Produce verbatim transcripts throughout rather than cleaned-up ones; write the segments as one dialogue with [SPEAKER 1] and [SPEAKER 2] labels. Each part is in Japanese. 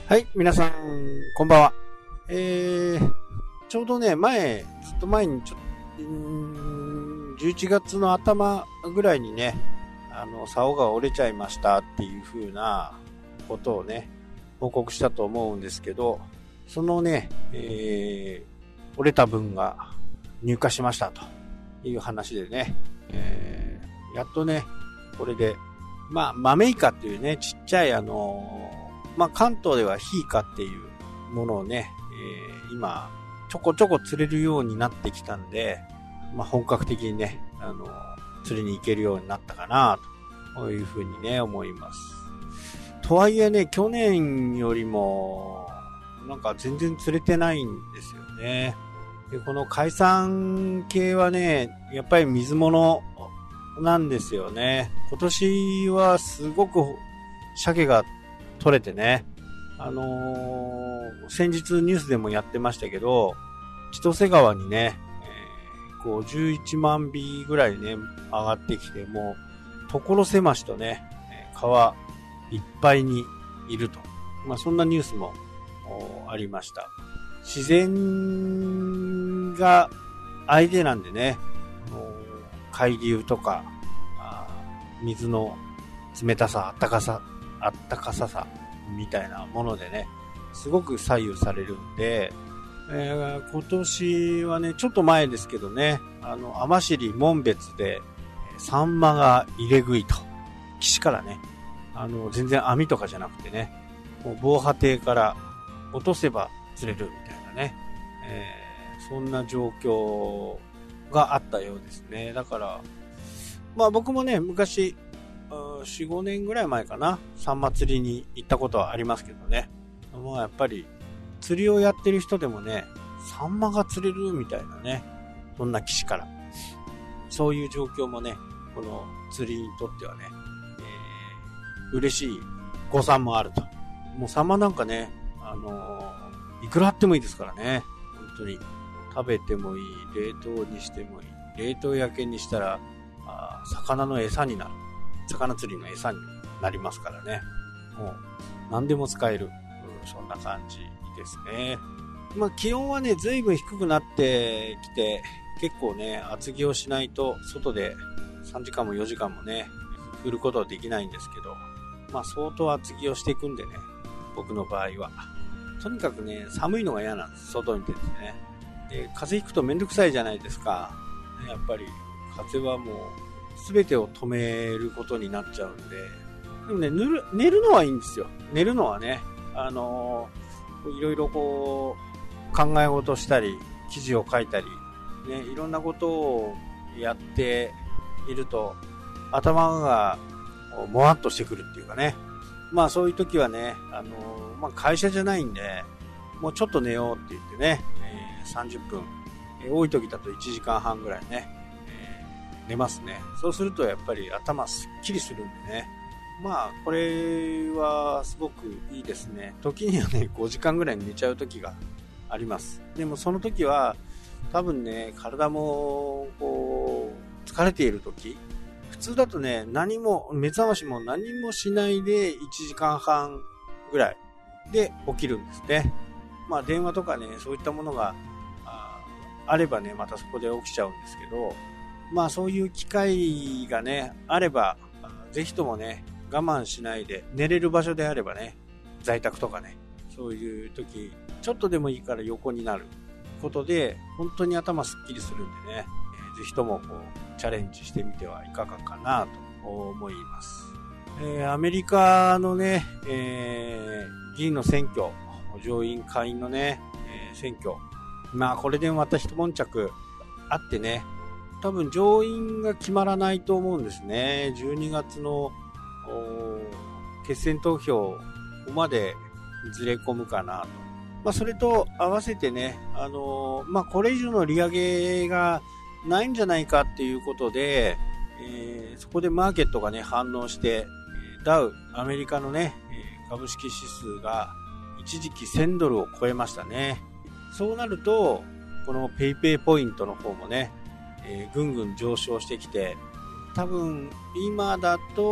[SPEAKER 1] はい、皆さん、こんばんは。えー、ちょうどね、前、ずっと前にちょっと、じゅういちがつの頭ぐらいにね、あの、竿が折れちゃいましたっていう風なことをね、報告したと思うんですけど、そのね、えー、折れた分が入荷しましたという話でね、えー、やっとね、これで、まあ、マメイカっていうね、ちっちゃいあのー、まあ、関東ではヒイカっていうものをね、えー、今、ちょこちょこ釣れるようになってきたんで、まあ、本格的にね、あの、釣りに行けるようになったかな、というふうにね、思います。とはいえね、去年よりも、なんか全然釣れてないんですよね。で、この海産系はね、やっぱり水物なんですよね。今年はすごく鮭が取れてね、あのー、先日ニュースでもやってましたけど、千歳川にね、えー、ごじゅういちまんびぐらいね、上がってきて、もう、所狭しとね、川いっぱいにいると。まあ、そんなニュースもありました。自然が相手なんでね、海流とか、水の冷たさ、あったかさ、あったかささみたいなものでね、すごく左右されるんで、えー、今年はね、ちょっと前ですけどね、あの、網走門別で、サンマが入れ食いと。岸からね、あの、全然網とかじゃなくてね、もう防波堤から落とせば釣れるみたいなね、えー、そんな状況があったようですね。だから、まあ僕もね、昔、よん、ごねんぐらい前かな、サンマ釣りに行ったことはありますけどね。まあやっぱり、釣りをやってる人でもね、サンマが釣れるみたいなね、そんな岸から。そういう状況もね、この釣りにとってはね、えー、嬉しい誤算もあると。もうサンマなんかね、あのー、いくらあってもいいですからね。本当に。食べてもいい、冷凍にしてもいい。冷凍焼けにしたら、あ魚の餌になる。魚釣りの餌になりますからね。もう何でも使える。うん、そんな感じですね。まあ気温はね、随分低くなってきて、結構ね、厚着をしないと外でさんじかんもよじかんもね、振ることはできないんですけど、まあ相当厚着をしていくんでね、僕の場合は。とにかくね、寒いのが嫌なんです。外に出てね。で、風邪ひくとめんどくさいじゃないですか。やっぱり風はもう全てを止めることになっちゃうんで、でもね、寝る、寝るのはいいんですよ。寝るのはね、あのー、いろいろこう、考え事したり、記事を書いたり、ね、いろんなことをやっていると、頭がもわっとしてくるっていうかね。まあそういう時はね、あのー、まあ会社じゃないんで、もうちょっと寝ようって言ってね、えー、さんじゅっぷん、えー、多い時だといちじかんはんぐらいね、寝ますね。そうするとやっぱり頭すっきりするんでね。まあこれはすごくいいですね。時にはねごじかんぐらい寝ちゃう時があります。でもその時は多分ね、体もこう疲れている時、普通だとね、何も目覚ましも何もしないでいちじかんはんぐらいで起きるんですね。まあ電話とかね、そういったものが あ, あればね、またそこで起きちゃうんですけど、まあそういう機会がね、あれば、ぜひともね、我慢しないで、寝れる場所であればね、在宅とかね、そういう時、ちょっとでもいいから横になることで、本当に頭すっきりするんでね、ぜひともこう、チャレンジしてみてはいかがかなと思います。えー、アメリカのね、えー、議員の選挙、上院下院のね、えー、選挙、まあこれでまた一悶着あってね、多分上院が決まらないと思うんですね。じゅうにがつの決選投票までずれ込むかなと。まあそれと合わせてね、あのー、まあこれ以上の利上げがないんじゃないかっていうことで、えー、そこでマーケットがね反応して、ダウ、アメリカのね、株式指数が一時期せんドルを超えましたね。そうなると、このペイペイポイントの方もね、えー、ぐんぐん上昇してきて、多分今だと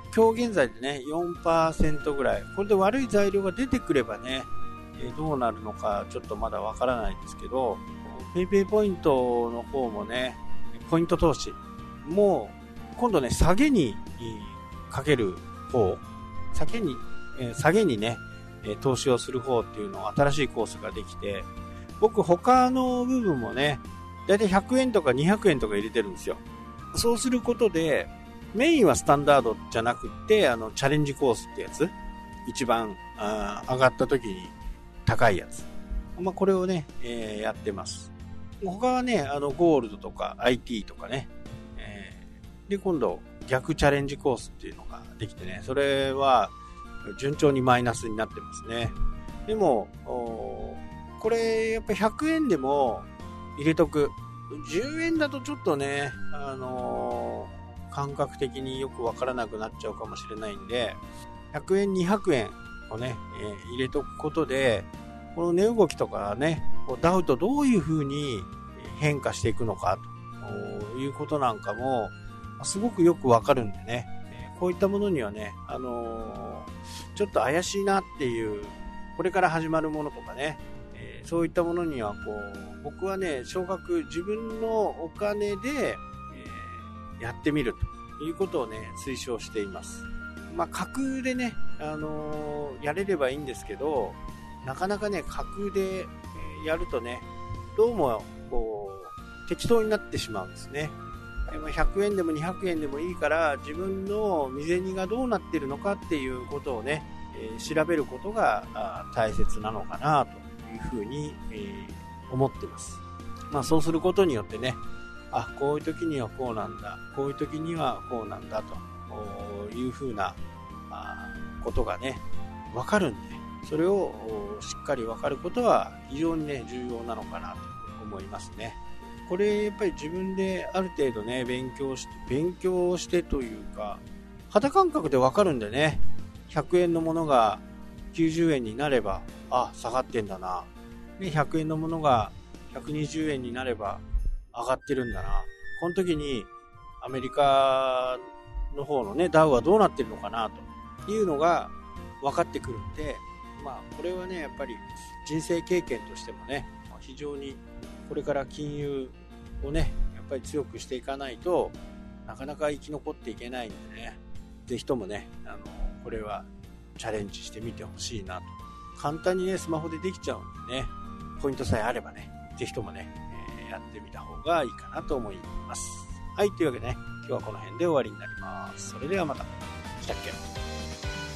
[SPEAKER 1] 今日現在でね、よんパーセント ぐらい。これで悪い材料が出てくればね、えどうなるのかちょっとまだわからないですけど、ペイペイポイントの方もね、ポイント投資も今度ね、下げにかける方、下げに、下げにね、投資をする方っていうのを新しいコースができて、僕他の部分もね、だいたいひゃくえんとかにひゃくえんとか入れてるんですよ。そうすることで、メインはスタンダードじゃなくって、あの、チャレンジコースってやつ、一番あ上がった時に高いやつ。まあ、これをね、えー、やってます。他はね、あの、ゴールドとか アイティー とかね、えー、で、今度、逆チャレンジコースっていうのができてね、それは順調にマイナスになってますね。でも、これ、やっぱひゃくえんでも入れとく。じゅうえんだとちょっとね、あのー、感覚的によくわからなくなっちゃうかもしれないんで、ひゃくえん、にひゃくえんをね、えー、入れとくことで、この値動きとかね、ダウとどういう風に変化していくのかということなんかも、すごくよくわかるんでね、こういったものにはね、あのー、ちょっと怪しいなっていう、これから始まるものとかね、えー、そういったものにはこう、僕はね、少額自分のお金で、えー、やってみるということをね、推奨しています。まあ、架空でね、あのー、やれればいいんですけど、なかなかね、架空でやるとね、どうもこう適当になってしまうんですね。ひゃくえんでもにひゃくえんでもいいから自分の身銭がどうなっているのかっていうことをね、えー、調べることが大切なのかなというふうに、えー、思ってます。まあそうすることによってね、あ、こういう時にはこうなんだ、こういう時にはこうなんだというふうなことがね、わかるんで、それをしっかり分かることは非常にね、重要なのかなと思いますね。これやっぱり自分である程度ね、勉強して、勉強してというか、肌感覚で分かるんでね、ひゃくえんのものがきゅうじゅうえんになれば、あ、下がってんだな。で、ひゃくえんのものがひゃくにじゅうえんになれば上がってるんだな。この時にアメリカの方のね、ダウはどうなってるのかなというのが分かってくるんで、まあ、これはね、やっぱり人生経験としてもね、非常にこれから金融をね、やっぱり強くしていかないとなかなか生き残っていけないんでね、ぜひともね、あのこれはチャレンジしてみてほしいなと。簡単にね、スマホでできちゃうんでね、ポイントさえあればね、ぜひともね、えー、やってみた方がいいかなと思います。はい、というわけでね、今日はこの辺で終わりになります。それではまた。したっけ。